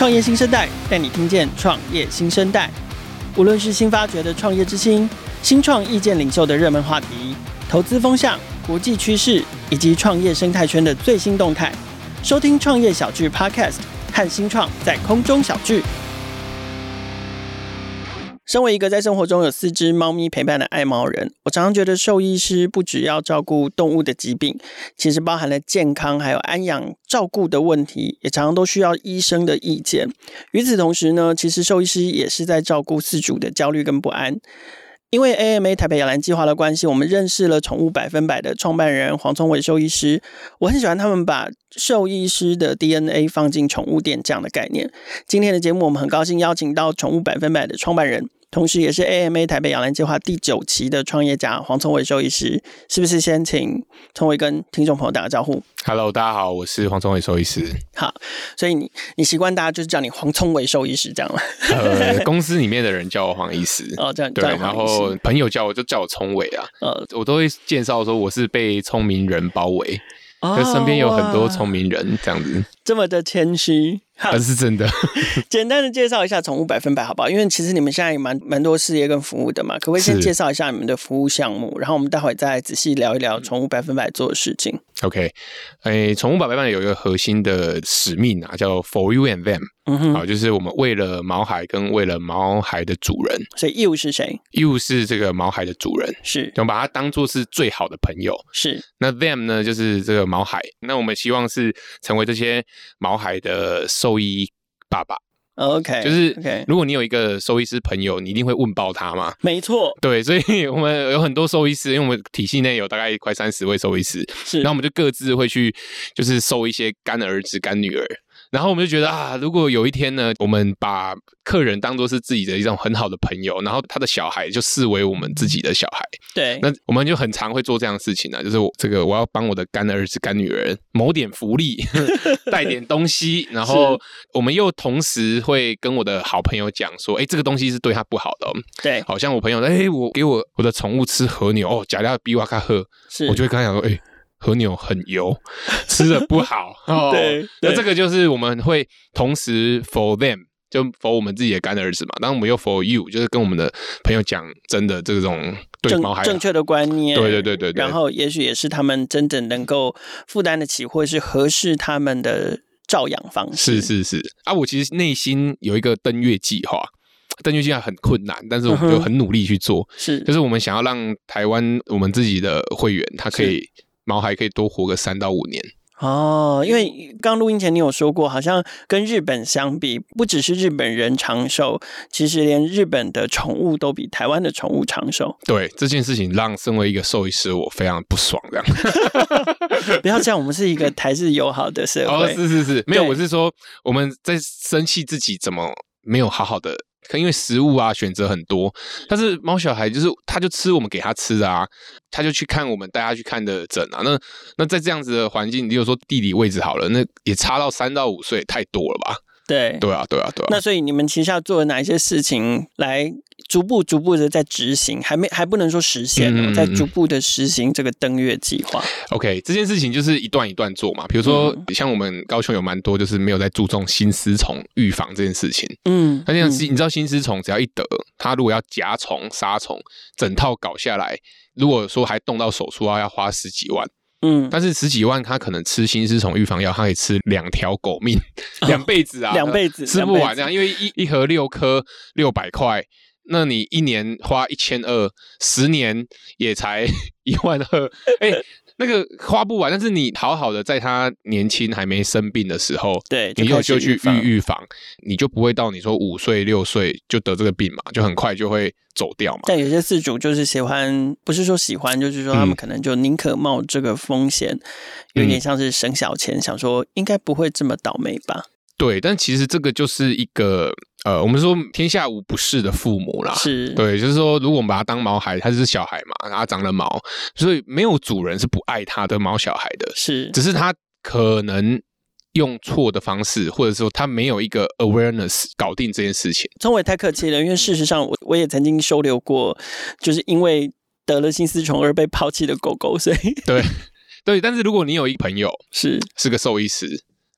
创业新生代带你听见创业新生代，无论是新发掘的创业之星、新创意见领袖的热门话题、投资风向、国际趋势以及创业生态圈的最新动态，收听创业小聚 Podcast， 和新创在空中小聚。身为一个在生活中有4只猫咪陪伴的爱猫人，我常常觉得兽医师不只要照顾动物的疾病，其实包含了健康还有安养照顾的问题，也常常都需要医生的意见。与此同时呢，其实兽医师也是在照顾饲主的焦虑跟不安。因为 AMA 台北雅兰计划的关系，我们认识了宠物100%的创办人黄聪伟兽医师。我很喜欢他们把兽医师的 DNA 放进宠物店这样的概念。今天的节目，我们很高兴邀请到宠物100%的创办人，同时也是 AMA 台北雅兰计划第9期的创业家黄聪伟兽医师。是不是先请聪伟跟听众朋友打个招呼？ Hello， 大家好，我是黄聪伟兽医师。 好，所以你习惯大家就是叫你黄聪伟兽医师这样吗？ 公司里面的人叫我黄医师。 哦，这样对，然后朋友叫我聪伟啊。我都会介绍说我是被聪明人包围。就身边有很多聪明人这样子， 这么的谦虚， 那是真的。 简单的介绍一下宠物100%好不好？因为其实你们现在也蛮多事业跟服务的嘛，可不可以先介绍一下你们的服务项目，然后我们待会再仔细聊一聊宠物100%做的事情。 OK， 宠物100%有一个核心的使命啊，叫 For You and Them。好，就是我们为了毛孩跟为了毛孩的主人。 所以 You 是谁？ You 是这个毛孩的主人，是我们把它当作是最好的朋友。是，那 Them 呢，就是这个毛孩。那我们希望是成为这些毛孩的兽医爸爸。 OK， 就是如果你有一个兽医师朋友，你一定会问爆他嘛。 没错， 对，所以我们有很多兽医师，因为我们体系内有大概快30位兽医师，然后我们就各自会去就是收一些干儿子、干女儿。然后我们就觉得啊，如果有一天呢，我们把客人当作是自己的一种很好的朋友，然后他的小孩就视为我们自己的小孩，对，那我们就很常会做这样的事情啊，就是我要帮我的干儿子、干女儿谋点福利，带点东西，然后我们又同时会跟我的好朋友讲说，这个东西是对他不好的哦。对，好像我朋友我给我的宠物吃和牛哦，假料比瓦卡喝，我就会跟他讲说，和牛很油，吃的不好。对，那这个就是我们会同时 for them， 就 for 我们自己的干儿子嘛。当然我们又 for you， 就是跟我们的朋友讲真的这种对毛孩正确的观念。 对。 然后也许也是他们真正能够负担得起，或是合适他们的照养方式。 是啊，我其实内心有一个登月计划。登月计划很困难，但是我们就很努力去做。就是我们想要让台湾我们自己的会员，他可以毛孩可以多活个3到5年。因为刚录音前你有说过，好像跟日本相比，不只是日本人长寿，其实连日本的宠物都比台湾的宠物长寿。对，这件事情让身为一个兽医师我非常不爽这样。不要这样，我们是一个台日友好的社会。是，没有，我是说我们在生气自己怎么没有好好的。可因为食物啊选择很多，但是猫小孩就是他就吃我们给他吃的啊，他就去看我们带他去看的诊啊。那在这样子的环境，比如说地理位置好了，那也差到3到5岁，太多了吧？对啊。那所以你们其实要做哪一些事情来逐步的在执行，还不能说实现在逐步的实行这个登月计划。OK， 这件事情就是一段一段做嘛。比如说像我们高雄有蛮多就是没有在注重心丝虫预防这件事情。那这样你知道心丝虫只要一得，它如果要夹虫、杀虫，整套搞下来，如果说还动到手术要花10几万。但是10几万，他可能吃心丝虫预防药，他可以吃2条狗命，2辈子啊，2辈子吃不完这样，因为一盒6颗600块，那你1年花1200，10年也才12000，那个花不完，但是你好好的在他年轻还没生病的时候，对，你就去预防，你就不会到你说5岁6岁就得这个病嘛，就很快就会走掉嘛。但有些饲主就是喜欢，不是说喜欢，就是说他们可能就宁可冒这个风险，有点像是省小钱，想说应该不会这么倒霉吧。对，但其实这个就是一个我们说天下无不是的父母啦，是对，就是说如果我们把他当毛孩，他是小孩嘛，他长了毛，所以没有主人是不爱他的毛小孩的，是，只是他可能用错的方式，或者说他没有一个 awareness 搞定这件事情。聪伟太客气了，因为事实上我也曾经收留过，就是因为得了心丝虫而被抛弃的狗狗，所以对，但是如果你有一个朋友是个兽医师。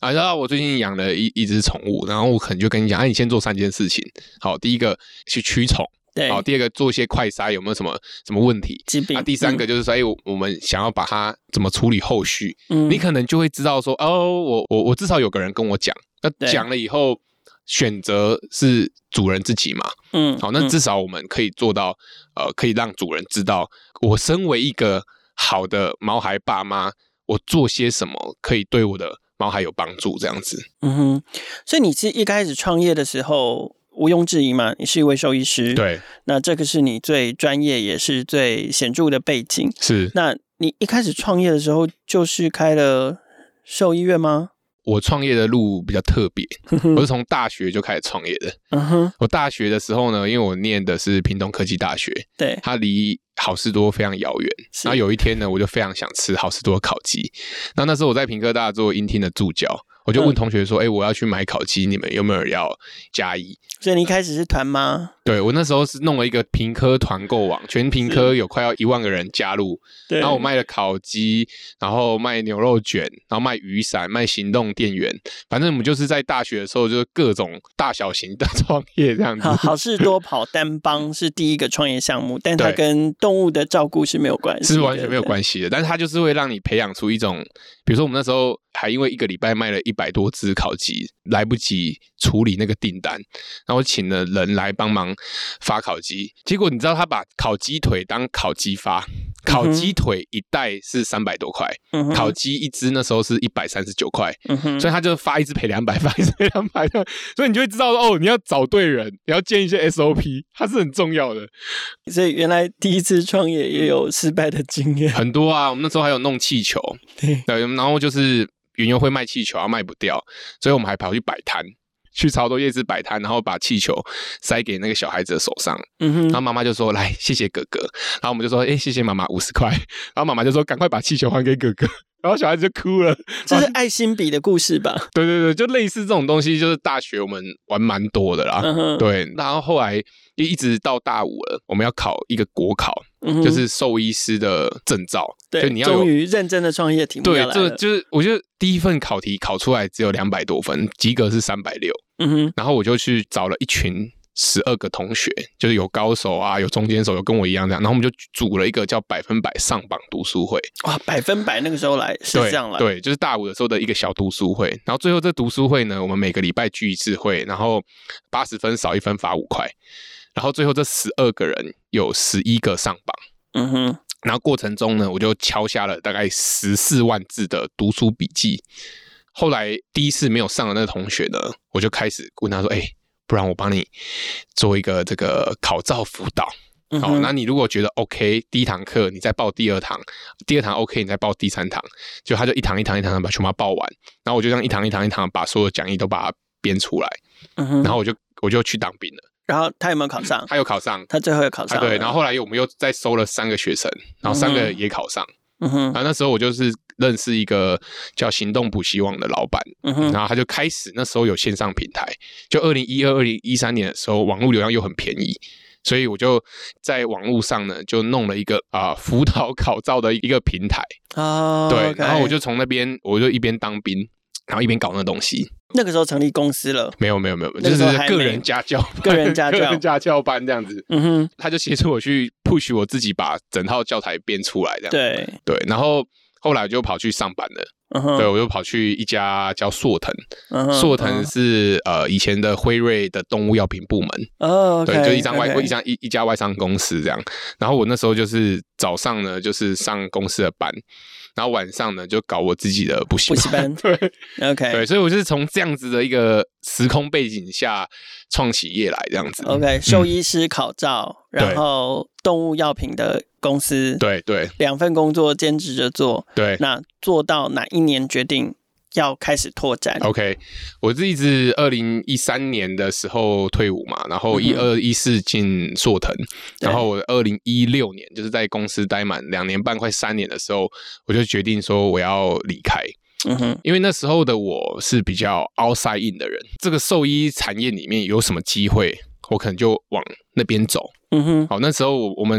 然后我最近养了一只宠物，然后我可能就跟你讲，你先做3件事情。好，第一个去驱虫。 对， 好，第二个做一些快筛有没有什么问题疾病， 第三个就是说我们想要把它怎么处理后续，你可能就会知道说我至少有个人跟我讲，那讲了以后选择是主人自己嘛，好，那至少我们可以做到可以让主人知道我身为一个好的毛孩爸妈，我做些什么可以对我的毛孩有帮助这样子。 所以你是一开始创业的时候毋庸置疑嘛，你是一位兽医师， 对， 那这个是你最专业也是最显著的背景。 是， 那你一开始创业的时候就是开了兽医院吗？ 我创业的路比较特别，我是从大学就开始创业的。我大学的时候呢，因为我念的是屏东科技大学， 对， 它离好事多非常遥远。然后有一天呢，我就非常想吃好事多的烤鸡。那时候我在屏科大做英听的助教，我就问同学说：“我要去买烤鸡，你们有没有人要加一？” 所以你一开始是团吗？ 对，我那时候是弄了一个屏科团购网，全屏科有快要1万个人加入。对，然后我卖了烤鸡，然后卖牛肉卷，然后卖雨伞，卖行动电源。反正我们就是在大学的时候，就是各种大小型的创业这样子。 好事多跑单帮是第一个创业项目，但它跟动物的照顾是没有关系的， 是完全没有关系的。但是它就是会让你培养出一种，比如说我们那时候还因为1个礼拜卖了100多只烤鸡，来不及处理那个订单，然后我请了人来帮忙发烤鸡，结果你知道他把烤鸡腿当烤鸡发，烤鸡腿一袋是300多块，烤鸡一只那时候是139块，所以他就发一只赔200，发一只赔200，所以你就会知道你要找对人，你要建一些 SOP， 它是很重要的。 所以原来第一次创业也有失败的经验， 很多啊。我们那时候还有弄气球，对，然后就是园游会卖气球卖不掉，所以我们还跑去摆摊。去潮州夜市摆摊，然后把气球塞给那个小孩子的手上，然后妈妈就说：“来，谢谢哥哥。”然后我们就说：“谢谢妈妈50块。”然后妈妈就说：“赶快把气球还给哥哥。”然后小孩子就哭了。 这是爱心笔的故事吧？ 对对对，就类似这种东西，就是大学我们玩蛮多的啦。对，然后后来一直到大5了，我们要考一个国考，就是兽医师的证照。 对， 你要终于认真的创业题目要来了。 对，这就是我觉得第一份考题考出来只有200多分，及格是360。然后我就去找了一群12个同学，就是有高手啊，有中间手，有跟我一样这样，然后我们就组了一个叫100%上榜读书会。 哇，100%那个时候来是这样来， 对，就是大5的时候的一个小读书会。然后最后这读书会呢，我们每个礼拜聚一次会，然后80分少1分罚5块。然后最后这12个人有11个上榜。然后过程中呢，我就敲下了大概14万字的读书笔记。后来第一次没有上的那个同学呢，我就开始问他说：“不然我帮你做一个这个考照辅导。好，那你如果觉得 OK， 第1堂课你再报第2堂，第2堂 OK 你再报第3堂，就他就一堂把全部报完。然后我就这样一堂把所有讲义都把它编出来。然后我就去当兵了。 然后他有没有考上？ 他有考上， 他最后有考上。 对，然后后来我们又再收了3个学生，然后3个也考上。然后那时候我就是认识一个叫行动补习网的老板，然后他就开始那时候有线上平台，就2012、2013年的时候，网络流量又很便宜，所以我就在网络上呢就弄了一个辅导考照的一个平台。对，然后我就从那边我就一边当兵，然后一边搞那东西。 那个时候成立公司了？ 没有，就是个人家教班这样子。他就协助我去 push 我自己把整套教材编出来这样。对，然后后来就跑去上班了。对，我就跑去一家叫硕腾。硕腾是以前的辉瑞的动物药品部门。对，就一家外商公司这样。然后我那时候就是早上呢就是上公司的班，然后晚上呢就搞我自己的补习班。对 ，OK， 对，所以我是从这样子的一个时空背景下创起业来这样子。 OK， 兽医师考照，然后动物药品的公司， 对 ，2份工作兼职着做。 对， 那做到哪一年决定要开始拓展 ？OK， 我是一直2013年的时候退伍嘛，然后12、14进硕腾，然后我2016年就是在公司待满2年半快3年的时候，我就决定说我要离开。因为那时候的我是比较 outside in 的人，这个兽医产业里面有什么机会，我可能就往那边走。好，那时候我们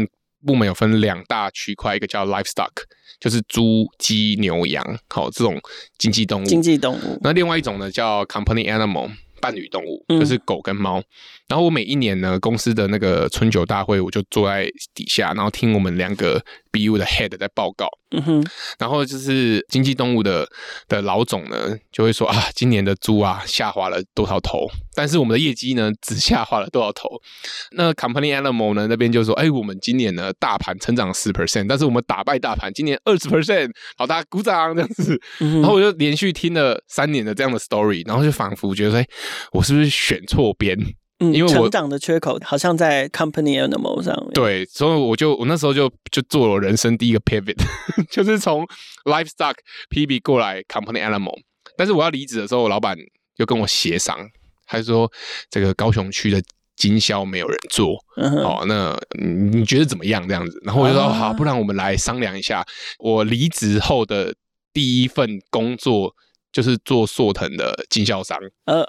部门有分2大区块，一个叫 livestock， 就是猪、鸡、牛、羊，这种经济动物。那另外一种呢叫 company animal， 伴侣动物，就是狗跟猫。然后我每一年呢，公司的那个春酒大会，我就坐在底下，然后听我们2个 BU 的 head 在报告。然后就是经济动物的老总呢，就会说啊，今年的猪啊下滑了多少头，但是我们的业绩呢只下滑了多少头。那 company animal 呢那边就说，我们今年呢大盘成长 10%， 但是我们打败大盘，今年 20%， 好，大家鼓掌这样子。然后我就连续听了3年的这样的 story， 然后就仿佛觉得说，我是不是选错边？因为我成长的缺口好像在 company animal 上面。 对，所以我那时候就做了我人生第一个 pivot， 就是从 livestock PB 过来 company animal。但是我要离职的时候，我老板就跟我协商，他说这个高雄区的经销没有人做，那你觉得怎么样这样子？然后我就说好，不然我们来商量一下。我离职后的第一份工作就是做硕腾的经销商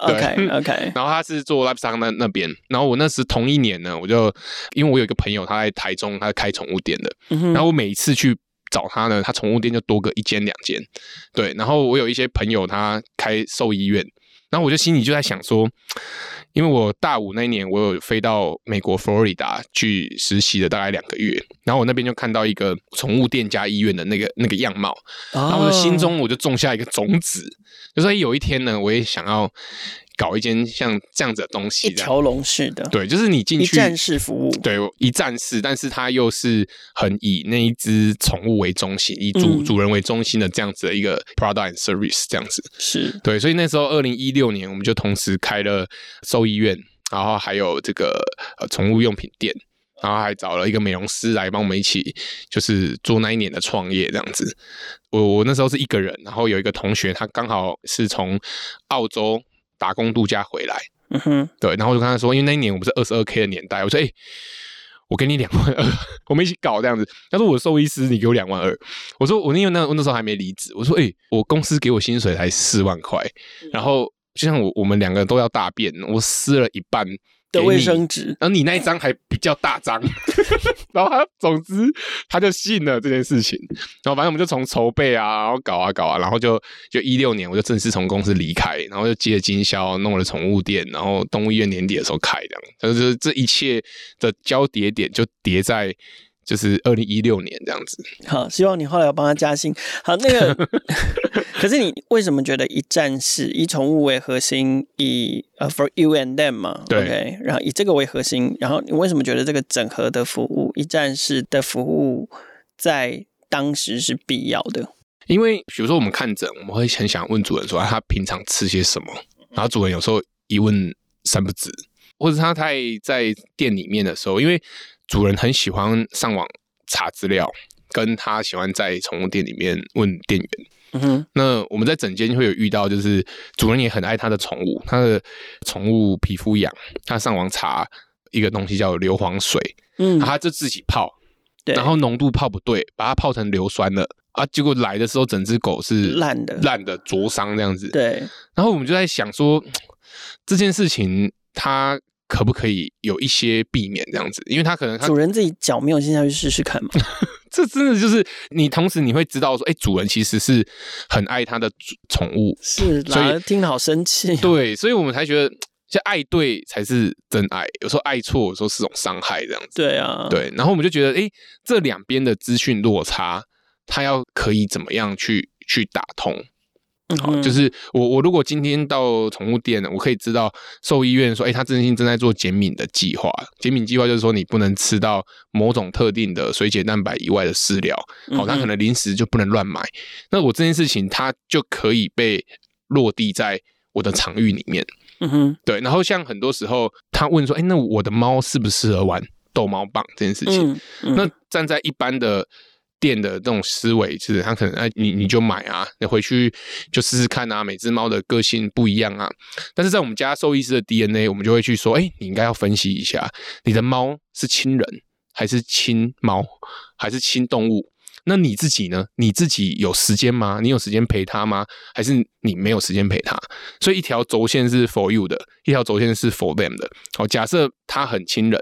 ，OK， 然后他是做 livestock 那边，然后我那时同一年呢，因为我有一个朋友他在台中，他开宠物店的，然后我每一次去找他呢，他宠物店就多个1间2间，对，然后我有一些朋友他开兽医院，然后我就心里就在想说，因为我大5那一年，我有飞到美国佛罗里达去实习了大概2个月，然后我那边就看到一个宠物店加医院的那个样貌，然后我的心中我就种下一个种子，就说有一天呢，我也想要搞一间像这样子的东西， 一条龙式的， 对，就是你进去一站式服务， 对，一站式，但是它又是很以那一只宠物为中心，以主人为中心的这样子的一个 product and service 这样子， 是对，所以那时候2016年我们就同时开了兽医院，然后还有这个宠物用品店，然后还找了一个美容师来帮我们一起就是做那一年的创业这样子。我那时候是1个人，然后有一个同学他刚好是从澳洲打工度假回来，对，然后我就跟他说，因为那一年我们是 22K 的年代，我说我给你2万2，我们一起搞这样子。他说我兽医师，你给我2万2。我说我因为那时候还没离职，我说我公司给我薪水才4万块，然后就像我们2个都要大便，我撕了一半的卫生纸， 然后你那一张还比较大张，然后总之他就信了这件事情，然后反正我们就从筹备啊，然后搞啊，然后就16年我就正式从公司离开，然后就接了经销，弄了宠物店，然后动物医院年底的时候开这样，就是这一切的交叠点就叠在就是2016年这样子。 好，希望你后来要帮他加薪。好，那个可是你为什么觉得一站式以宠物为核心，以for you and them 嘛？ 对 ，OK， 然后以这个为核心，然后你为什么觉得这个整合的服务、一站式的服务在当时是必要的？ 因为比如说我们看诊，我们会很想问主人说他平常吃些什么，然后主人有时候一问3不知，或者他在店里面的时候，因为主人很喜欢上网查资料，跟他喜欢在宠物店里面问店员。那我们在诊间会有遇到，就是主人也很爱他的宠物，他的宠物皮肤痒，他上网查一个东西叫硫磺水，他就自己泡，然后浓度泡不对，把它泡成硫酸了啊，结果来的时候整只狗是烂的灼伤这样子。 对，然后我们就在想说这件事情他可不可以有一些避免这样子？因为他可能主人自己脚没有先下去试试看嘛。 这真的就是你，同时你会知道说，主人其实是很爱他的宠物， 是啦，所以听得好生气。 对，所以我们才觉得，像爱对才是真爱，有时候爱错，有时候是种伤害这样子。 对啊， 对，然后我们就觉得，这2边的资讯落差，他要可以怎么样去打通？好，就是我如果今天到宠物店，我可以知道兽医院说，他正在做减敏的计划。减敏计划就是说，你不能吃到某种特定的水解蛋白以外的饲料，好，它可能零食就不能乱买。那我这件事情，它就可以被落地在我的场域里面。对。然后像很多时候，他问说，那我的猫适不适合玩逗猫棒这件事情？那站在一般的店的这种思维，就是他可能你就买啊，你回去就试试看啊，每只猫的个性不一样啊。但是在我们家兽医师的 DNA， 我们就会去说，你应该要分析一下，你的猫是亲人还是亲猫还是亲动物？那你自己呢？你自己有时间吗？你有时间陪它吗？还是你没有时间陪它？所以一条轴线是 for you 的，一条轴线是 for them 的。好，假设它很亲人，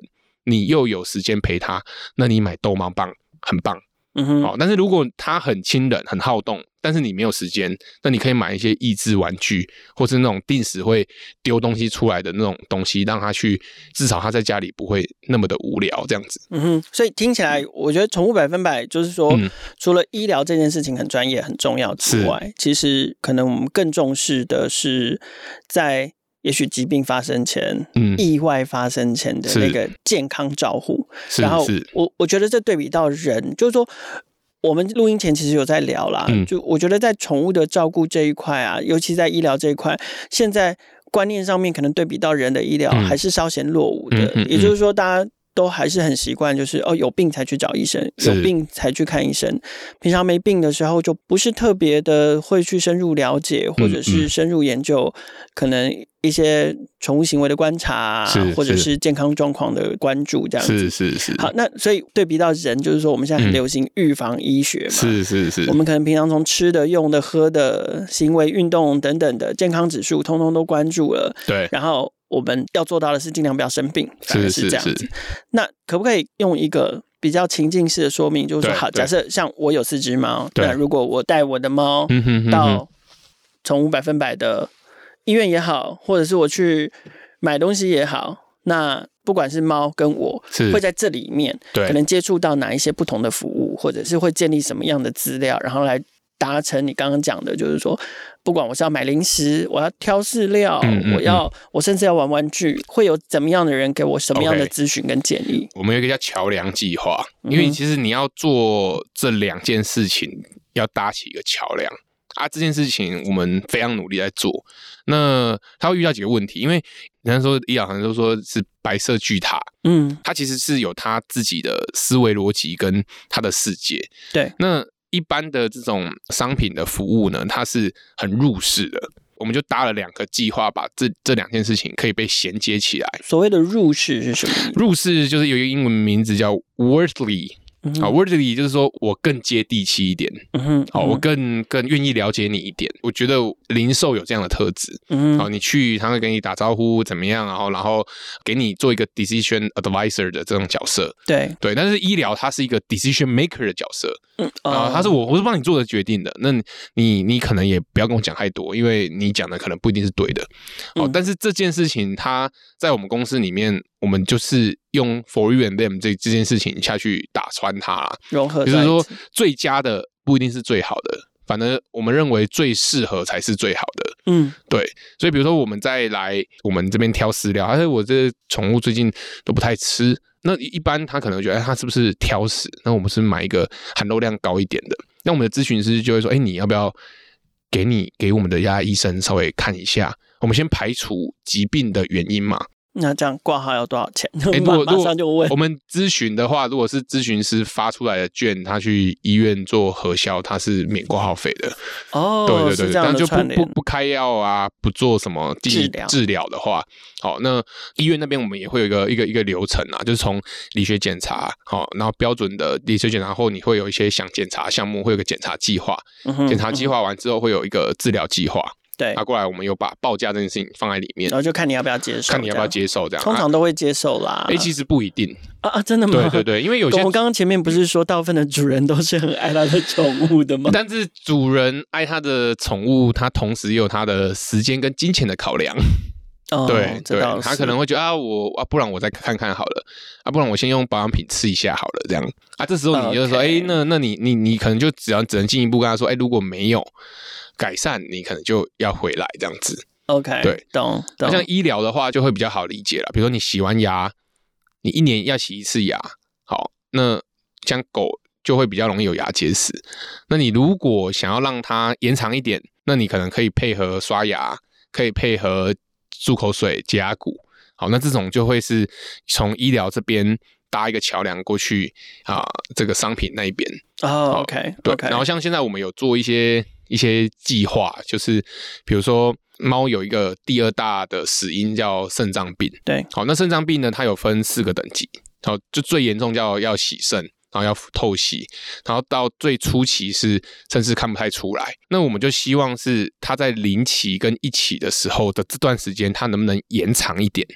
你又有时间陪它，那你买逗猫棒很棒。但是如果它很亲人很好动，但是你没有时间，那你可以买一些益智玩具，或是那种定时会丢东西出来的那种东西，让它去，至少它在家里不会那么的无聊这样子。 所以听起来我觉得宠物100%就是说，除了医疗这件事情很专业很重要之外，其实可能我们更重视的是在也许疾病发生前、意外发生前的那个健康照护。然后我觉得这对比到人，就是说我们录音前其实有在聊啦，就我觉得在宠物的照顾这一块啊，尤其在医疗这一块，现在观念上面可能对比到人的医疗还是稍显落伍的。也就是说，大家都还是很习惯，就是有病才去找医生，有病才去看医生。平常没病的时候，就不是特别的会去深入了解，或者是深入研究，可能一些宠物行为的观察，或者是健康状况的关注，这样子。是。好，那所以对比到人，就是说我们现在很流行预防医学嘛，是。我们可能平常从吃的、用的、喝的、行为、运动等等的健康指数，通通都关注了。对，然后我们要做到的是尽量不要生病，是这样子。那可不可以用一个比较情境式的说明，就是说，好，假设像我有4只猫，那如果我带我的猫到宠物100%的医院也好，或者是我去买东西也好，那不管是猫跟我会在这里面可能接触到哪一些不同的服务，或者是会建立什么样的资料，然后来达成你刚刚讲的，就是说不管我是要买零食，我要挑饲料，我甚至要玩玩具，会有怎么样的人给我什么样的咨询跟建议。 我们有一个叫桥梁计划，因为其实你要做这2件事情，要搭起一个桥梁这件事情我们非常努力在做。那他会遇到几个问题，因为人家说医疗好像都说是白色巨塔，它其实是有他自己的思维逻辑跟他的世界。对，那一般的这种商品的服务呢，它是很入世的。我们就搭了2个计划，把这2件事情可以被衔接起来。 所谓的入世是什么？ 入世就是有一个英文名字叫 Worldly。Worldly 就是说我更接地气一点，我更愿意了解你一点。我觉得零售有这样的特质，你去他会跟你打招呼怎么样，然后给你做一个 decision advisor 的这种角色。对，但是医疗它是一个 decision maker 的角色，它是我是帮你做的决定的。那你可能也不要跟我讲太多，因为你讲的可能不一定是对的。但是这件事情它在我们公司里面，我们就是用 for you and them 这件事情下去打穿它啦，融合在一起。就是说最佳的不一定是最好的，反正我们认为最适合才是最好的。对。所以比如说我们再来我们这边挑饲料，但是我这宠物最近都不太吃，那一般他可能觉得他是不是挑食，那我们是买一个含肉量高一点的，那我们的咨询师就会说你要不要给我们的牙医生稍微看一下，我们先排除疾病的原因嘛。 那这样挂号要多少钱？马上就问。 我们咨询的话，如果是咨询师发出来的券，他去医院做核销，他是免挂号费的。对，但就不开药啊，不做什么治疗的话，那医院那边我们也会有一个流程啊，就是从理学检查，然后标准的理学检查后，你会有一些想检查项目，会有一个检查计划，检查计划完之后会有一个治疗计划。对，过来我们有把报价这件事情放在里面， 然后就看你要不要接受， 这样。 通常都会接受啦。 其实不一定真的吗？ 对，因为有些我们刚刚前面不是说大部分的主人都是很爱他的宠物的吗？ 但是主人爱他的宠物，他同时也有他的时间跟金钱的考量。对，他可能会觉得不然我再看看好了，不然我先用保养品吃一下好了，这样这时候你就说那你可能就只能进一步跟他说如果没有改善，你可能就要回来这样子。 OK， 对，懂。 像医疗的话就会比较好理解了，比如说你洗完牙，你1年要洗1次牙，好，那像狗就会比较容易有牙结石。那你如果想要让它延长一点，那你可能可以配合刷牙，可以配合漱口水、洁牙骨。好，那这种就会是从医疗这边搭一个桥梁过去这个商品那一边。 OK， 对。然后像现在我们有做一些计划，就是比如说猫有一个第2大的死因叫肾脏病。对，好，那肾脏病呢，它有分4个等级。好，就最严重要洗肾，然后要透析，然后到最初期是甚至看不太出来。那我们就希望是它在0期跟1期的时候的这段时间，它能不能延长一点？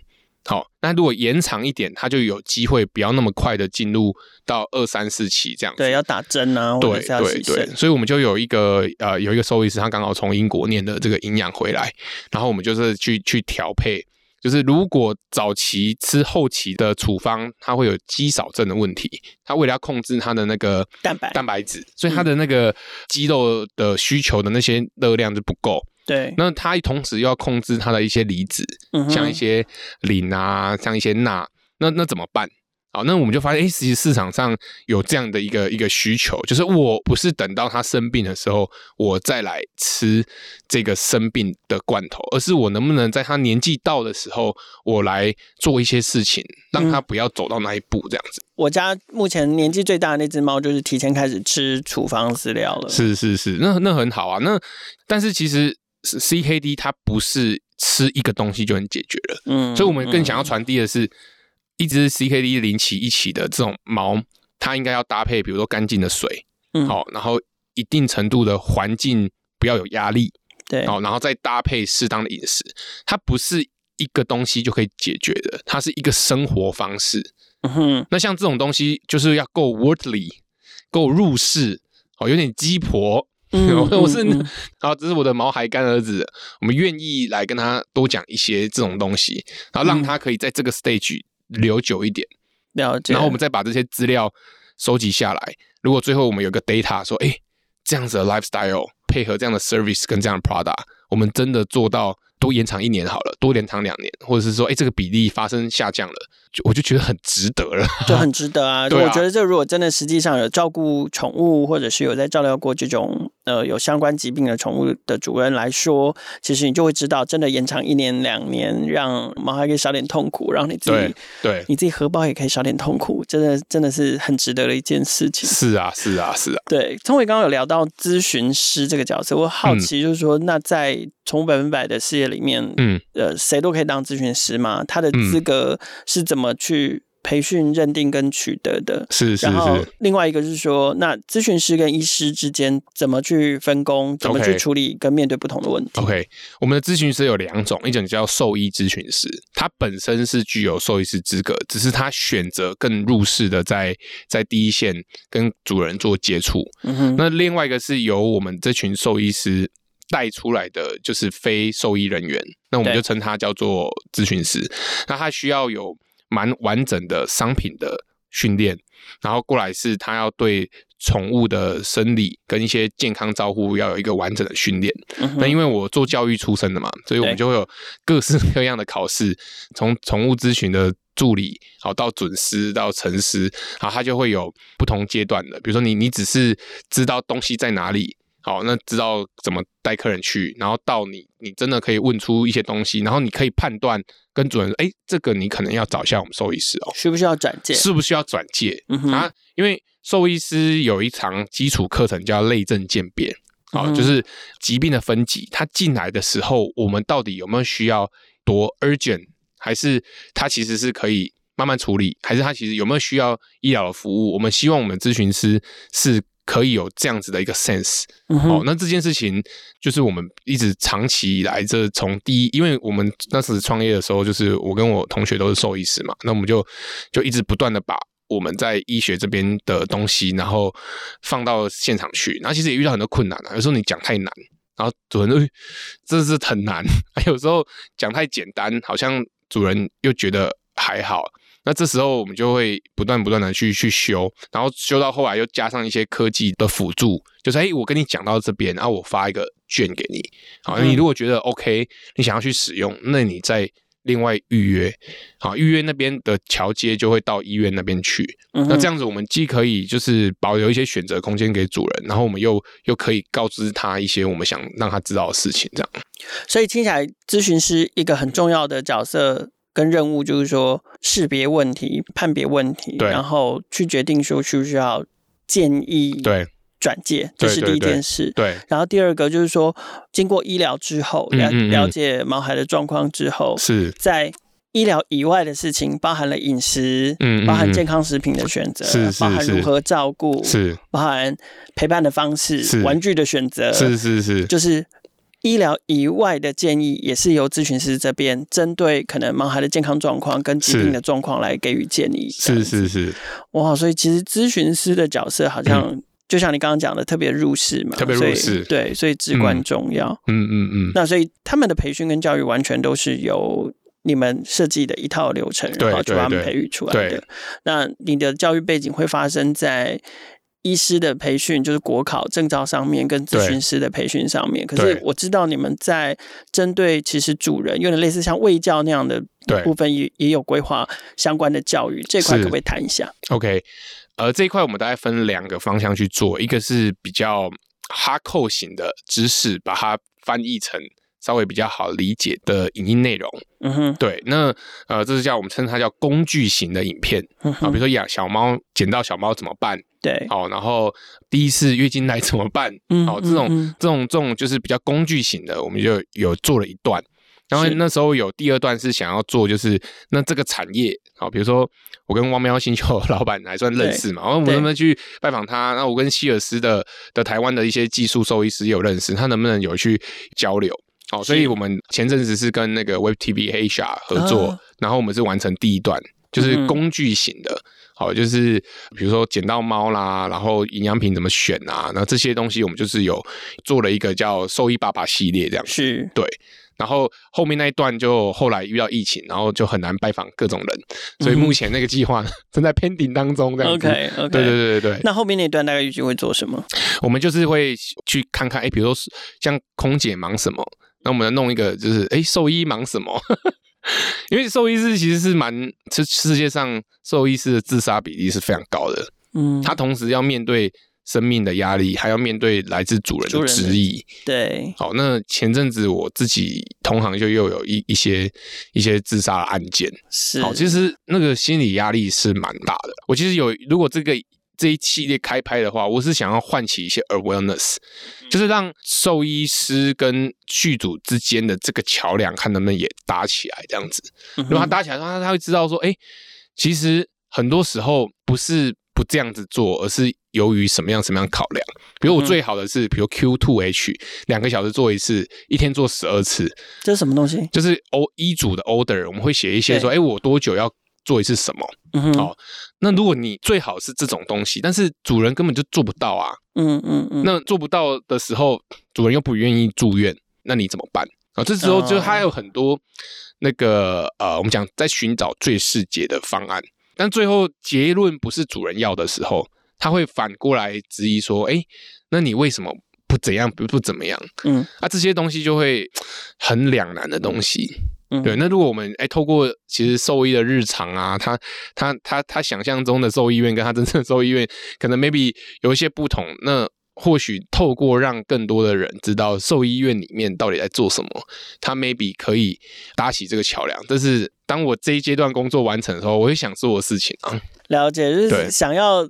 好，那如果延长一点，它就有机会不要那么快的进入到2、3、4期这样子。 对，要打针啊，或者是要洗肾。 对，所以我们就有一个兽医师，他刚好从英国念的这个营养回来，然后我们就是去调配。就是如果早期吃后期的处方，它会有肌少症的问题，它为了要控制它的那个蛋白质，所以它的那个肌肉的需求的那些热量就不够。 对， 那它同时又要控制它的一些离子，像一些磷啊，像一些钠，那怎么办？好，那我们就发现，其实市场上有这样的一个需求，就是我不是等到他生病的时候，我再来吃这个生病的罐头，而是我能不能在他年纪到的时候，我来做一些事情，让他不要走到那一步，这样子。 我家目前年纪最大的那只猫，就是提前开始吃处方饲料了。 是，那很好啊。但是其实 CKD 它不是吃一个东西就能解决了，所以我们更想要传递的是。一只 CKD 0期1期的这种猫，它应该要搭配比如说干净的水，好，然后一定程度的环境不要有压力， 对， 好，然后再搭配适当的饮食。它不是一个东西就可以解决的，它是一个生活方式。那像这种东西就是要够 worldly， 够入世，有点鸡婆。然后这是我的毛孩干儿子，我们愿意来跟他多讲一些这种东西，然后让他可以在这个 stage。留久一点， 了解。 然后我们再把这些资料收集下来。如果最后我们有个 data 说，这样子的 lifestyle 配合这样的 service 跟这样的 product， 我们真的做到多延长1年好了，多延长2年，或者是说，这个比例发生下降了，我就觉得很值得了， 就很值得啊。我觉得这如果真的实际上有照顾宠物，或者是有在照料过这种有相关疾病的宠物的主人来说，其实你就会知道，真的延长1年2年，让毛孩可以少点痛苦，让你自己对你自己荷包也可以少点痛苦，真的是很值得的一件事情。 是啊。 对，聪伟刚刚有聊到咨询师这个角色，我好奇就是说，那在宠物100%的事业里面，谁都可以当咨询师吗？他的资格是怎么去培训、认定跟取得的？ 是。 然后另外一个是说，那咨询师跟医师之间怎么去分工，怎么去处理跟面对不同的问题 ？OK， 我们的咨询师有2种，一种叫兽医咨询师，他本身是具有兽医师资格，只是他选择更入世的在第一线跟主人做接触。那另外一个是由我们这群兽医师带出来的，就是非兽医人员，那我们就称他叫做咨询师。那他需要有蛮完整的商品的训练，然后过来是他要对宠物的生理跟一些健康照护要有一个完整的训练。那因为我做教育出身的嘛，所以我们就会有各式各样的考试，从宠物咨询的助理，好到准师到成师，好，他就会有不同阶段的。比如说你只是知道东西在哪里。好，那知道怎么带客人去，然后到你真的可以问出一些东西，然后你可以判断跟主人说，这个你可能要找一下我们兽医师哦， 需不需要转介？ 是不是要转介？因为兽医师有一堂基础课程叫类症鉴别，好，就是疾病的分级。他进来的时候，我们到底有没有需要多 urgent， 还是他其实是可以慢慢处理，还是他其实有没有需要医疗的服务？我们希望我们咨询师是可以有这样子的一个 sense，那这件事情就是我们一直长期以来，这从因为我们那时创业的时候，就是我跟我同学都是兽医师嘛，那我们就一直不断的把我们在医学这边的东西，然后放到现场去，然后其实也遇到很多困难有时候你讲太难，然后主人这是很难，有时候讲太简单，好像主人又觉得还好。那这时候我们就会不断的去修，然后修到后来又加上一些科技的辅助，就是我跟你讲到这边，然后我发一个券给你，好，你如果觉得 OK， 你想要去使用，那你再另外预约，好，预约那边的桥接就会到医院那边去。那这样子我们既可以就是保留一些选择空间给主人，然后我们又可以告知他一些我们想让他知道的事情，这样。 所以听起来，咨询师一个很重要的角色跟任务就是说识别问题、判别问题，然后去决定说需不需要建议转介，这是第一件事。 对， 然后第二个就是说，经过医疗之后，了解毛孩的状况之后， 是在医疗以外的事情，包含了饮食，包含健康食品的选择，包含如何照顾，包含陪伴的方式，玩具的选择， 是， 就是医疗以外的建议也是由咨询师这边针对可能毛孩的健康状况跟疾病的状况来给予建议。 是。 哇，所以其实咨询师的角色好像就像你刚刚讲的特别入世嘛， 特别入世， 对，所以至关重要。那所以他们的培训跟教育完全都是由你们设计的一套流程，然后就把他们培育出来的。那你的教育背景会发生在医师的培训，就是国考证照上面，跟咨询师的培训上面。可是我知道你们在针对其实主人有点类似像卫教那样的部分也有规划相关的教育，这块可不可以谈一下 ？OK， 这一块我们大概分2个方向去做，一个是比较哈扣型的知识，把它翻译成稍微比较好理解的影音内容。对，那这是我们称它叫工具型的影片。比如说养小猫，捡到小猫怎么办？ 对， 然后第一次月经来怎么办？这种就是比较工具型的，我们就有做了一段。然后那时候有第2段是想要做，就是那这个产业，比如说我跟汪喵星球老板还算认识嘛，然后我们能不能去拜访他？那我跟希尔斯的台湾的一些技术兽医师也有认识，他能不能有去交流？所以我们前阵子是跟那个 WebTV Asia 合作，然后我们是完成第1段，就是工具型的。就是比如说捡到猫啦，然后营养品怎么选啊，那这些东西我们就是有做了一个叫兽医爸爸系列这样子。是，对。然后后面那一段就后来遇到疫情，然后就很难拜访各种人，所以目前那个计划正在 pending 当中这样子。OK， 对。 那后面那段大概预计会做什么？ 我们就是会去看看，比如说像空姐忙什么，那我们弄一个就是兽医忙什么。因为兽医师其实是世界上兽医师的自杀比例是非常高的。他同时要面对生命的压力，还要面对来自主人的质疑。对，好，那前阵子我自己同行就又有一些自杀的案件。是，好，其实那个心理压力是蛮大的。我其实如果这一系列开拍的话，我是想要唤起一些 awareness， 就是让兽医师跟剧组之间的这个桥梁看能不能也搭起来这样子。如果他搭起来的话，他会知道说，其实很多时候不是不这样子做，而是由于什么样考量。比如我最好的是，比如 Q2H 2个小时做一次，一天做12次。 这是什么东西？ 就是医嘱的 order， 我们会写一些说，我多久要做一次什么？那如果你最好是这种东西，但是主人根本就做不到啊。那做不到的时候，主人又不愿意住院，那你怎么办？这时候就还有很多那个我们讲在寻找最适解的方案，但最后结论不是主人要的时候，他会反过来质疑说，那你为什么不怎样不怎么样？这些东西就会很两难的东西。对，那如果我们透过其实兽医的日常啊，他想象中的兽医院跟他真正的兽医院可能 maybe 有一些不同，那或许透过让更多的人知道兽医院里面到底在做什么，他 maybe 可以搭起这个桥梁。但是当我这一阶段工作完成的时候，我会想做的事情啊， 了解，就是想要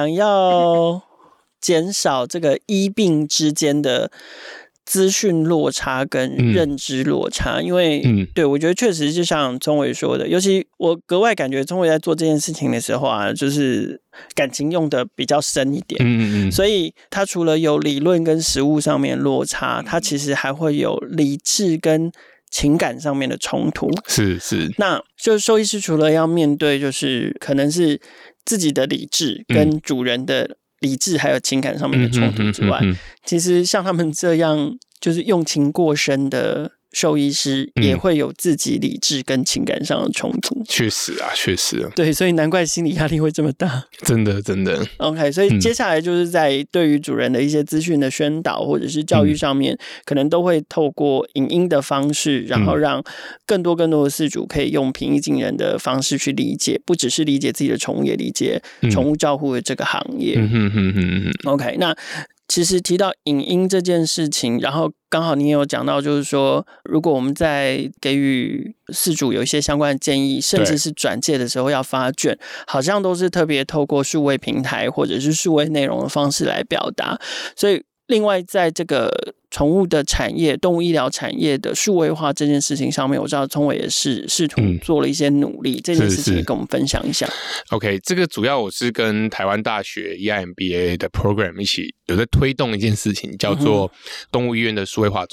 减少这个医病之间的资讯落差跟认知落差，因为对，我觉得确实就像聪伟说的，尤其我格外感觉聪伟在做这件事情的时候啊，就是感情用的比较深一点。所以他除了有理论跟实务上面落差，他其实还会有理智跟情感上面的冲突。是，那就兽医师除了要面对就是可能是自己的理智跟主人的理智还有情感上面的冲突之外，其实像他们这样就是用情过深的兽医师也会有自己理智跟情感上的冲突。确实啊。对，所以难怪心理压力会这么大。真的。OK， 所以接下来就是在对于主人的一些资讯的宣导或者是教育上面，可能都会透过影音的方式，然后让更多的饲主可以用平易近人的方式去理解，不只是理解自己的宠物，也理解宠物照护的这个行业。OK， 那其实提到影音这件事情，然后刚好你也有讲到，就是说如果我们在给予饲主有一些相关的建议，甚至是转介的时候要发卷，好像都是特别透过数位平台或者是数位内容的方式来表达。所以另外在这个宠物的产业、动物医疗产业的数位化这件事情上面，我知道聪伟也是试图做了一些努力，这件事情也跟我们分享一下。 OK， 这个主要我是跟台湾大学 EIMBA 的 program 一起有在推动一件事情，叫做动物医院的数位化转型。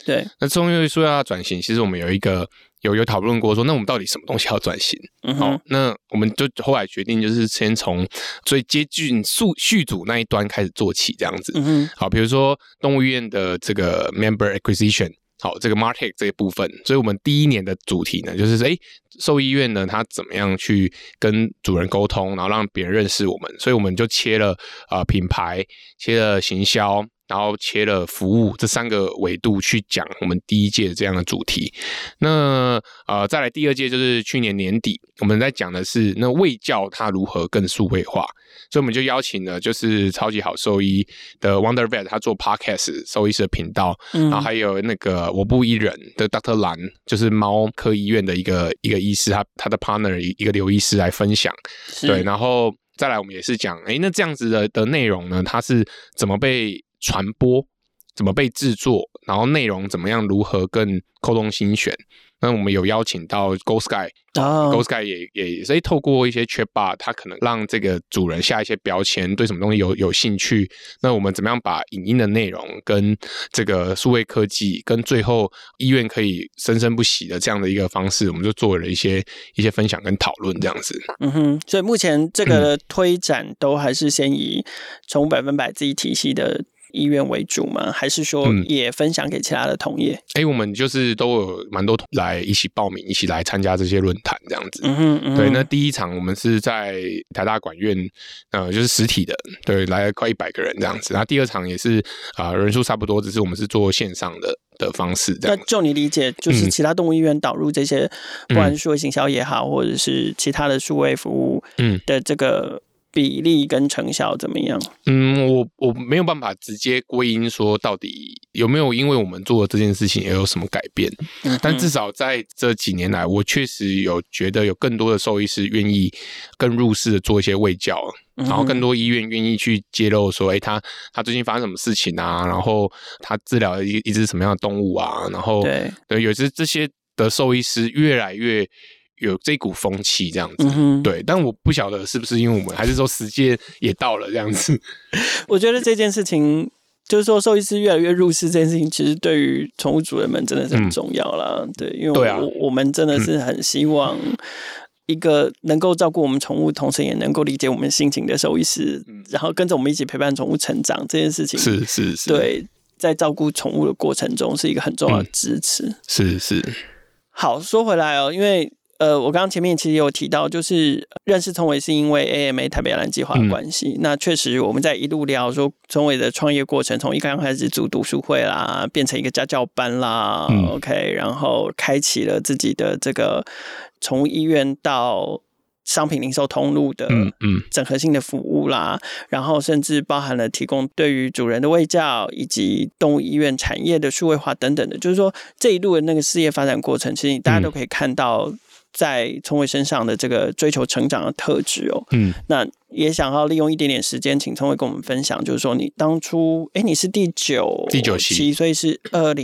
对， 那中医数位化转型，其实我们有讨论过说，那我们到底什么东西要转型？那我们就后来决定就是先从最接近续主那一端开始做起，这样子。好，比如说动物医院的这个 member acquisition。好，这个 market 这一部分，所以我们第一年的主题呢，就是兽医院呢，它怎么样去跟主人沟通，然后让别人认识我们，所以我们就切了品牌，切了行销，然后切了服务这3个维度去讲我们第一届的这样的主题。那再来第2届就是去年年底，我们在讲的是那卫教它如何更数位化。所以我们就邀请了就是超级好兽医的 Wonder Vet， 他做 podcast 兽医师的频道，然后还有那个我不医人的 Dr. 蓝，就是猫科医院的一个医师，他的 partner 一个刘医师来分享。对，然后再来我们也是讲，那这样子的内容呢，它是怎么被传播，怎么被制作，然后内容怎么样如何更扣动心弦。那我们有邀请到 Go Sky，Go Sky 也所以透过一些 chatbot， 它可能让这个主人下一些标签，对什么东西有兴趣。那我们怎么样把影音的内容跟这个数位科技，跟最后医院可以生生不息的这样的一个方式，我们就做了一些分享跟讨论这样子。 所以目前这个推展都还是先以宠物100%自己体系的医院为主吗？还是说也分享给其他的同业？ 我们就是都有蛮多来一起报名，一起来参加这些论坛这样子。对，那第一场我们是在台大管院，就是实体的，对，来了快100个人这样子。然后第2场也是人数差不多，只是我们是做线上的方式这样。 那就你理解，就是其他动物医院导入这些，不管是数位行销也好，或者是其他的数位服务的这个比例跟成效怎么样？ 我没有办法直接归因说到底有没有因为我们做的这件事情也有什么改变，但至少在这几年来，我确实有觉得有更多的兽医师愿意更入世的做一些卫教，然后更多医院愿意去揭露说，他最近发生什么事情啊，然后他治疗了一只什么样的动物啊，然后对有这些的兽医师越来越有这股风气这样子。对，但我不晓得是不是因为我们还是说时间也到了这样子。 我觉得这件事情就是说兽医师越来越入世这件事情，其实对于宠物主人们真的是很重要啦。对，因为我们真的是很希望一个能够照顾我们宠物，同时也能够理解我们心情的兽医师，然后跟着我们一起陪伴宠物成长这件事情， 是对，在照顾宠物的过程中是一个很重要的支持。 是。 好，说回来因为我刚刚前面其实有提到，就是认识聪伟是因为 AMA 台北亚兰计划的关系。那确实我们在一路聊说聪伟的创业过程，从一刚开始组读书会啦，变成一个家教班啦，OK， 然后开启了自己的这个宠物医院到商品零售通路的整合性的服务啦，然后甚至包含了提供对于主人的卫教以及动物医院产业的数位化等等的，就是说这一路的那个事业发展过程，其实大家都可以看到在聪伟身上的这个追求成长的特质那也想要利用一点点时间，请聪伟跟我们分享，就是说你当初你是第九期，所以是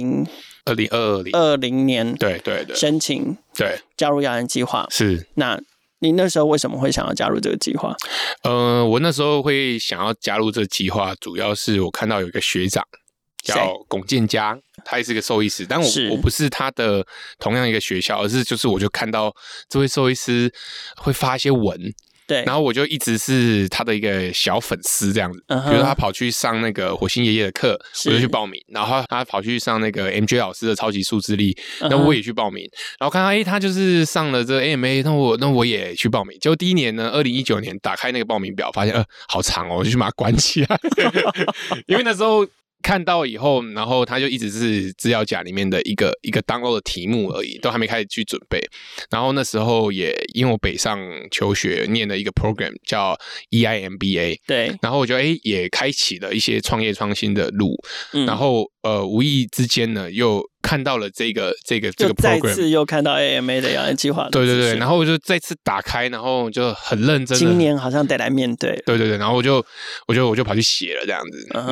2020年对申请加入亚兰计划。 是， 那你那时候为什么会想要加入这个计划？ 我那时候会想要加入这个计划，主要是我看到有一个学长叫龚建嘉，他也是个兽医师，但我不是他的同样一个学校，而是就是我就看到这位兽医师会发一些文， 对， 然后我就一直是他的一个小粉丝这样子。比如他跑去上那个火星爷爷的课，我就去报名；然后他跑去上那个 MJ 老师的超级数字力，那我也去报名。然后看到他就是上了这 AMA， 那我也去报名。结果第一年呢，2019年打开那个报名表，发现好长我就去把它关起来，因为那时候看到以后，然后他就一直是资料夹里面的一个 download 的题目而已，都还没开始去准备。然后那时候也因为我北上求学，念了一个 program 叫 EIMBA， 对， 然后我就也开启了一些创业创新的路，然后无意之间呢又看到了这个 program， 再次又看到 AMA 的亚兰计划， 对，然后我就再次打开，然后就很认真的， 今年好像得来面对， 对，然后我就跑去写了这样子，然后就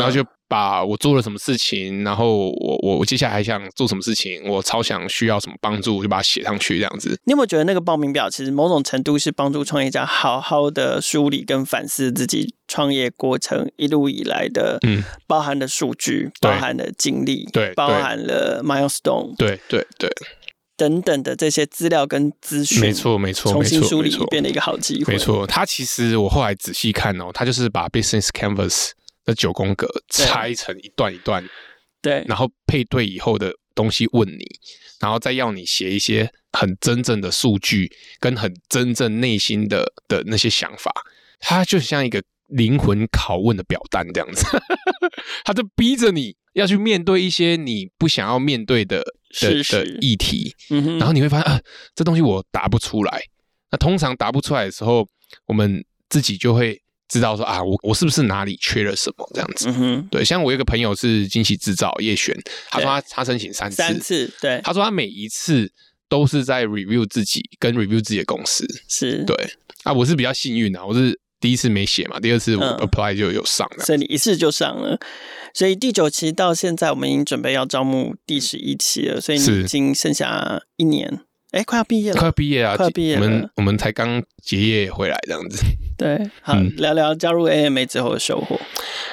把我做了什么事情，然后我接下来还想做什么事情，我超想需要什么帮助，我就把它写上去这样子。 你有没有觉得那个报名表其实某种程度是帮助创业家好好的梳理跟反思自己创业过程一路以来的，包含的数据，包含的经历， 对， 包含了 milestone， 对等等的这些资料跟资讯， 没错， 重新梳理变得一个好机会。 没错，它其实我后来仔细看它就是把 Business Canvas 的9宫格拆成一段一段， 对， 然后配对以后的东西问你，然后再要你写一些很真正的数据跟很真正内心的那些想法，它就像一个灵魂拷问的表单这样子，它就逼着你要去面对一些你不想要面对的议题，然后你会发现这东西我答不出来。那通常答不出来的时候，我们自己就会知道说我是不是哪里缺了什么这样子。对，像我有一个朋友是惊喜制造叶璇，他说他申请3 次，对， 他说他每一次都是在 review 自己跟 review 自己的公司， 是对我是比较幸运我是第一次没写嘛，第二次我 apply 就有上了， 所以你一次就上了。所以第9期到现在，我们已经准备要招募第11期了，所以你已经剩下1年，快要毕业了， 快要毕业了。我们才刚结业回来这样子。 对，好，聊聊加入 AMA 之后的收获。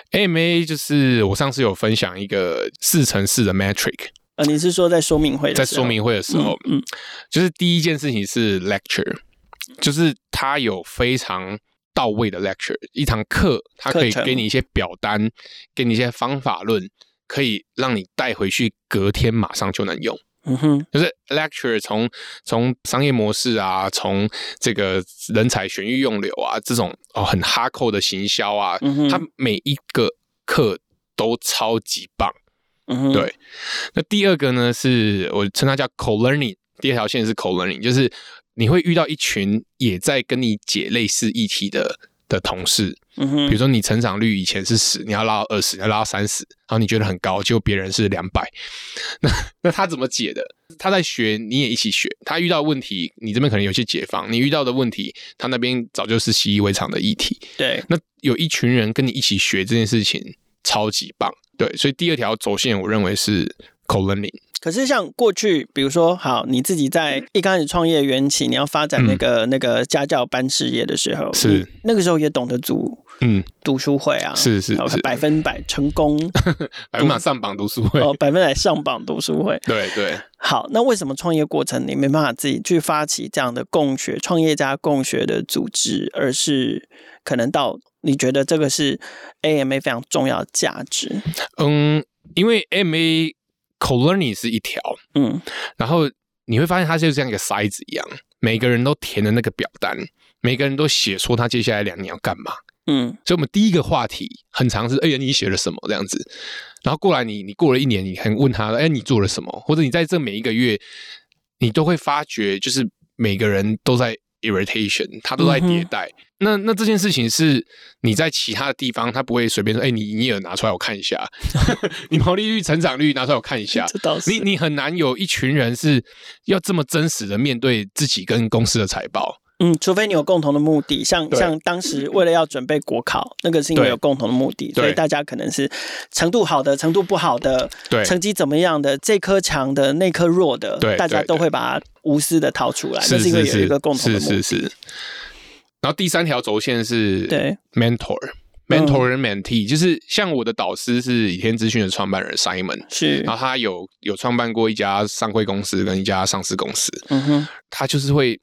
AMA 就是我上次有分享一个4×4的 metric。 你是说在说明会的时候，就是第一件事情是 lecture， 就是它有非常到位的 lecture， 一堂课它可以给你一些表单，给你一些方法论，可以让你带回去隔天马上就能用。就是 lecture 从商业模式从这个人才选育用流这种很哈扣的行销它每一个课都超级棒。对，那第二个呢是我称它叫 co-learning， 第二条线是 co-learning， 就是你会遇到一群也在跟你解类似议题的同事，比如说你成长率以前是10，你要拉到20，你要拉到30，然后你觉得很高，结果别人是200，那他怎么解的？他在学，你也一起学。他遇到的问题，你这边可能有些解放；你遇到的问题，他那边早就是习以为常的议题。 对， 那有一群人跟你一起学这件事情，超级棒。对，所以第二条走线，我认为是 co-learning。 可是像过去，比如说，好，你自己在一开始创业缘起，你要发展那个家教班事业的时候， 是那个时候也懂得组读书会是 100%成功 ，100%上榜读书会 ，100%上榜读书会， 对。 好，那为什么创业过程你没办法自己去发起这样的共学、创业家共学的组织，而是可能到你觉得这个是 AMA 非常重要的价值？ 因为 AMA co-learning 是一条，然后你会发现它就像一个筛子一样，每个人都填了那个表单，每个人都写说他接下来2年要干嘛。所以我们第一个话题很常是你写了什么这样子，然后过来你过了1年，你很问他你做了什么，或者你在这每一个月，你都会发觉就是每个人都在 irritation， 他都在迭代。那这件事情是你在其他的地方，他不会随便说，你营业额拿出来我看一下，你毛利率、成长率拿出来我看一下。 这倒是你很难有一群人是要这么真实的面对自己跟公司的财报。 除非你有共同的目的，像当时为了要准备国考，那个是因为有共同的目的，所以大家可能是程度好的、程度不好的，成绩怎么样的，这科强的、那科弱的，大家都会把它无私的掏出来，那是因为有一个共同的目的。 是。然后第3条轴线是 mentor 跟 mentee， 就是像我的导师是倚天资讯的创办人 Simon， 是， 然后他有创办过一家上柜公司跟一家上市公司，他就是会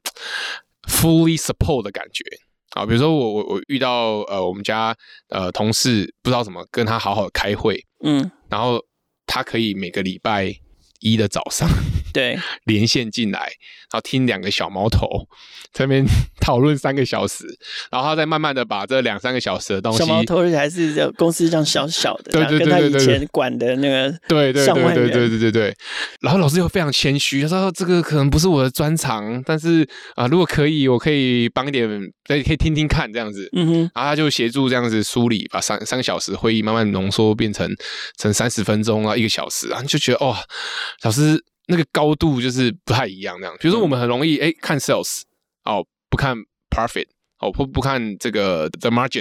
fully support 的感觉。比如说我遇到我们家同事不知道怎么跟他好好的开会，然后他可以每个礼拜1的早上连线进来，然后听2个小毛头在那边讨论3个小时，然后他再慢慢的把这2-3个小时的东西， 小毛头还是公司这样小小的，对，跟他以前管的那个上万人， 对。然后老师又非常谦虚，他说这个可能不是我的专长，但是如果可以，我可以帮一点，可以听听看这样子，然后他就协助这样子梳理，把3个小时会议慢慢浓缩变成30分钟1个小时你就觉得老师那个高度就是不太一样这样。比如说我们很容易看 sales 不看 profit 不看这个 the margin，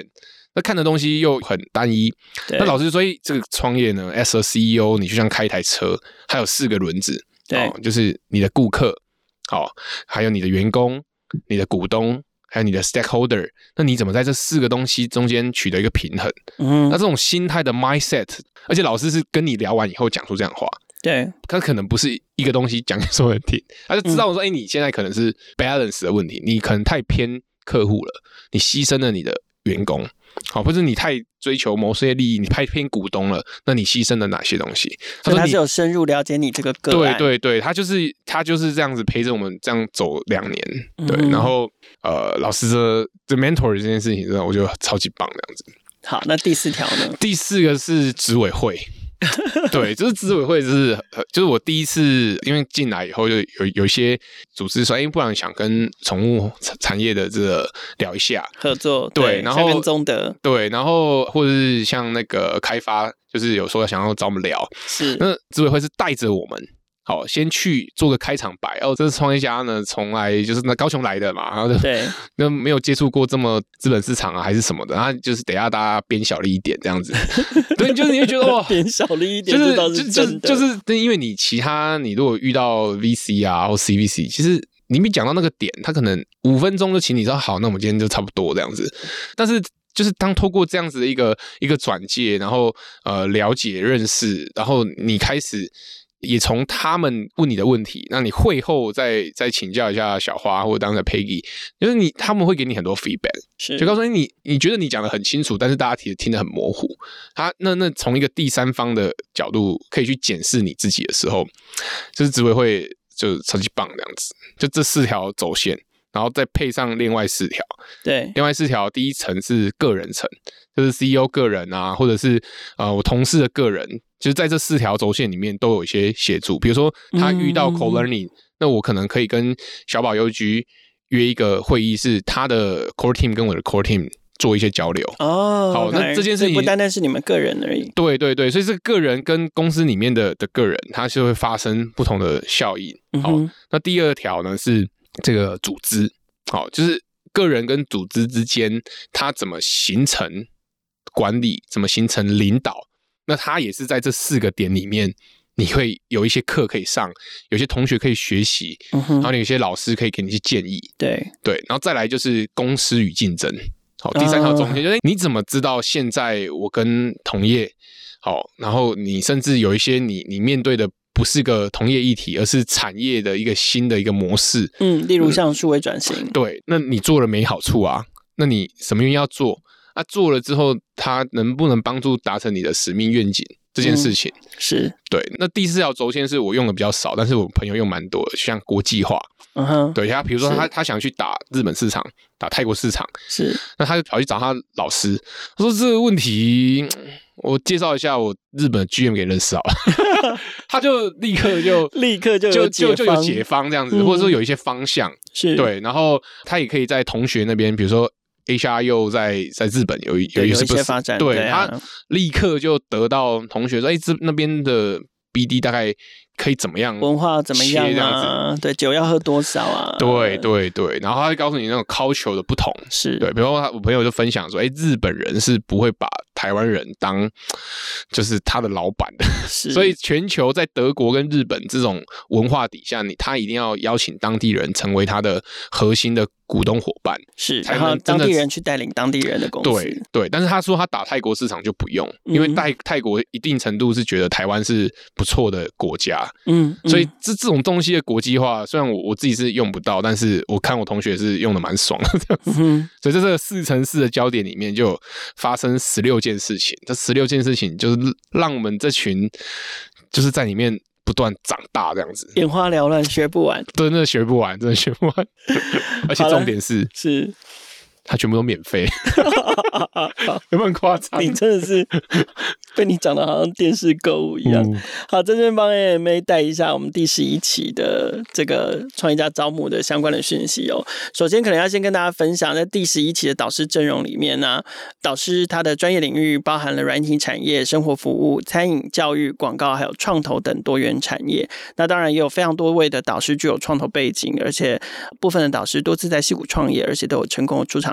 那看的东西又很单一。那老师说，这个创业呢 ，as a CEO， 你就像开一台车，它有4个轮子，就是你的顾客，还有你的员工、你的股东，还有你的 stakeholder。那你怎么在这4个东西中间取得一个平衡？那这种心态的 mindset， 而且老师是跟你聊完以后讲出这样的话。 对， 他可能不是一个东西讲给所有人听，他就知道说，你现在可能是 balance 的问题，你可能太偏客户了，你牺牲了你的员工，或者你太追求某些利益，你太偏股东了，那你牺牲了哪些东西？ 所以他是有深入了解你这个个案。 对，他就是这样子陪着我们这样走2年，对，然后老师的 mentor 这件事情，真的我觉得超级棒这样子。 好，那第4条呢？ 第4个是执委会。对，就是执委会，就是我第一次因为进来以后，就有一些组织说，不然想跟宠物产业的这个聊一下合作， 对，然后跟宗德， 对，然后或者是像那个开发，就是有说想要找我们聊， 是那执委会是带着我们。好，先去做个开场白。这是创业家呢，从来就是高雄来的嘛，然后对， 那没有接触过这么资本市场啊，还是什么的，然后就是等一下大家编小力一点这样子。对，就是你会觉得哇， 编小力一点， 就是因为你你如果遇到 VC 啊或 CVC， 其实你没讲到那个点，他可能5分钟就请你说好，那我们今天就差不多这样子。但是就是当透过这样子的一个转介，然后了解认识，然后你开始。也从他们问你的问题，那你会后再请教一下小花或者当时的 Peggy， 就是他们会给你很多 feedback， 就告诉你觉得你讲的很清楚，但是大家听得很模糊。那从一个第三方的角度可以去检视你自己的时候，就是执委会就超级棒这样子，就这4条走线。然后再配上另外4条， 对， 另外4条，第一层是个人层，就是 CEO 个人啊，或者是我同事的个人，就是在这4条轴线里面都有一些协助。比如说他遇到 co-learning，那我可能可以跟小宝邮局约一个会议，是他的 core team 跟我的 core team 做一些交流。 好， 那这件事情不单单是你们个人而已。 对，所以这个个人跟公司里面的个人，它就会发生不同的效应。那第2条呢是。这个组织，就是个人跟组织之间，它怎么形成管理，怎么形成领导？那它也是在这4个点里面，你会有一些课可以上，有些同学可以学习，然后有些老师可以给你一些建议。对，然后再来就是公司与竞争。好，第3条中间就是你怎么知道现在我跟同业，然后你甚至有一些你面对的。不是个同业议题，而是产业的一个新的一个模式。 例如像数位转型。 对，那你做了没好处啊？那你什么原因要做？做了之后，它能不能帮助达成你的使命愿景这件事情？ 是对。那第4条轴线是我用的比较少，但是我朋友用蛮多的，像国际化。对，比如说他想去打日本市场，打泰国市场， 是。 那他就跑去找他老师，他说这个问题。我介绍一下我日本的 GM 给认识好了，他就立刻就有解方这样子，或者说有一些方向， 是对，然后他也可以在同学那边，比如说 HRU 在日本有一些发展， 对，他立刻就得到同学说，那边的 BD 大概可以怎么样， 文化怎么样啊？对，酒要喝多少啊？ 对，然后他会告诉你那种 culture 的不同， 是对，比如说我朋友就分享说，日本人是不会把台湾人当就是他的老板的，所以全球在德国跟日本这种文化底下，他一定要邀请当地人成为他的核心的股东伙伴， 是，然后当地人去带领当地人的公司， 对，但是他说他打泰国市场就不用，因为泰国一定程度是觉得台湾是不错的国家，所以这种东西的国际化，虽然我自己是用不到，但是我看我同学是用的蛮爽的这样子，所以在这个4×4的焦点里面，就发生16件事情，这16件事情就是让我们这群就是在里面不断长大这样子， 眼花缭乱，学不完， 真的学不完，真的学不完，而且重点是它全部都免费，有没有很夸张？ 你真的是被你讲的好像电视购物一样。好，这边帮 AMA 带一下我们第11期的这个创业家招募的相关的讯息哦。首先，可能要先跟大家分享，在第11期的导师阵容里面呢，导师他的专业领域包含了软体产业、生活服务、餐饮、教育、广告，还有创投等多元产业。那当然也有非常多位的导师具有创投背景，而且部分的导师多次在矽谷创业，而且都有成功的出场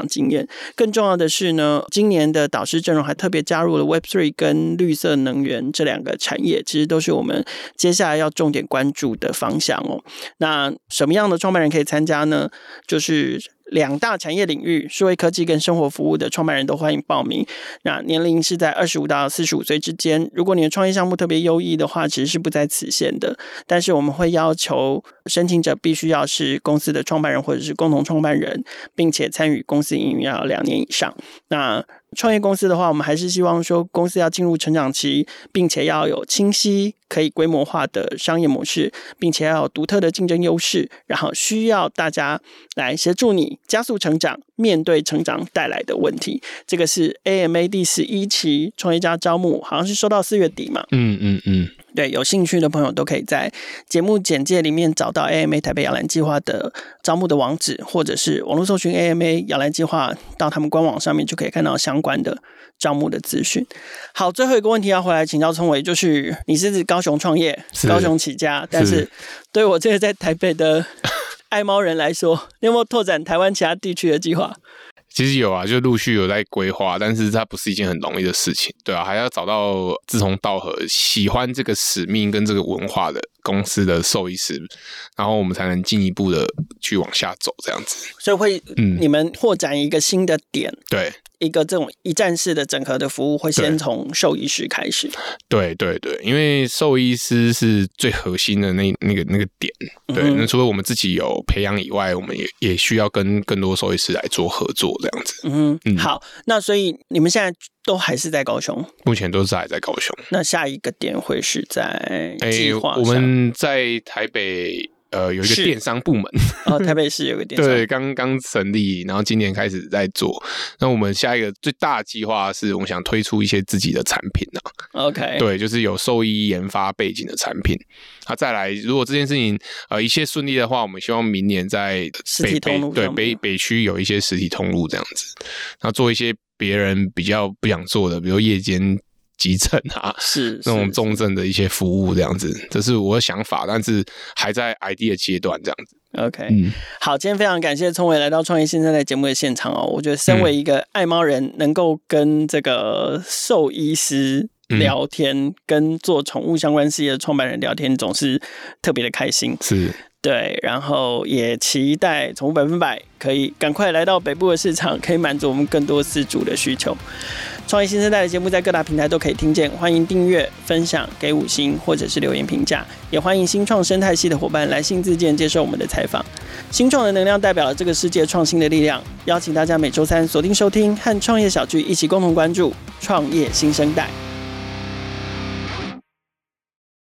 场经验。更重要的是呢，今年的导师阵容还特别加入了 Web3 跟绿色能源这2个产业，其实都是我们接下来要重点关注的方向哦。那什么样的创办人可以参加呢？就是2大产业领域，数位科技跟生活服务的创办人都欢迎报名。那年龄是在25到45岁之间。如果你的创业项目特别优异的话，其实是不在此限的。但是我们会要求申请者必须要是公司的创办人或者是共同创办人，并且参与公司营运要2年以上。那创业公司的话，我们还是希望说公司要进入成长期，并且要有清晰可以规模化的商业模式，并且要有独特的竞争优势，然后需要大家来协助你加速成长，面对成长带来的问题。这个是 AMA 第11期创业家招募，好像是收到4月底嘛。对，有兴趣的朋友都可以在节目简介里面找到 AMA 台北摇篮计划的招募的网址，或者是网络搜寻 AMA 摇篮计划，到他们官网上面就可以看到相关的招募的资讯。好，最后一个问题要回来请教聪伟，就是你是高雄创业，高雄起家，但是对我这个在台北的爱猫人来说，你有没有拓展台湾其他地区的计划？ 其实有啊，就陆续有在规划，但是它不是一件很容易的事情，对啊，还要找到志同道合、喜欢这个使命跟这个文化的公司的兽医师，然后我们才能进一步的去往下走，这样子。 所以会，你们拓展一个新的点， 对， 一个这种一站式的整合的服务，会先从兽医师开始。 对，因为兽医师是最核心的那个点。对，那除了我们自己有培养以外，我们也需要跟更多兽医师来做合作，这样子。 好，那所以你们现在都还是在高雄？ 目前都是还在高雄。 那下一个点会是在计划上？ 我们在台北。有一个电商部门台北市有个电商对，刚成立，然后今年开始在做。那我们下一个最大的计划是我们想推出一些自己的产品 OK， 对，就是有兽医研发背景的产品。再来，如果这件事情一切顺利的话，我们希望明年在实体通路北区有一些实体通路这样子，然后做一些别人比较不想做的，比如夜间急诊是那种重症的一些服务这样子，这是我的想法，但是还在 idea 阶段这样子。 OK，好，今天非常感谢聪伟来到创业新生代节目的现场哦。我觉得身为一个爱猫人，能够跟这个兽医师聊天，跟做宠物相关事业的创办人聊天，总是特别的开心。 是。 对，然后也期待宠物100%可以赶快来到北部的市场，可以满足我们更多饲主的需求。创业新生代的节目在各大平台都可以听见，欢迎订阅、分享、给5星或者是留言评价，也欢迎新创生态系的伙伴来信自荐接受我们的采访。新创的能量代表了这个世界创新的力量，邀请大家每周3锁定收听，和创业小聚一起共同关注创业新生代。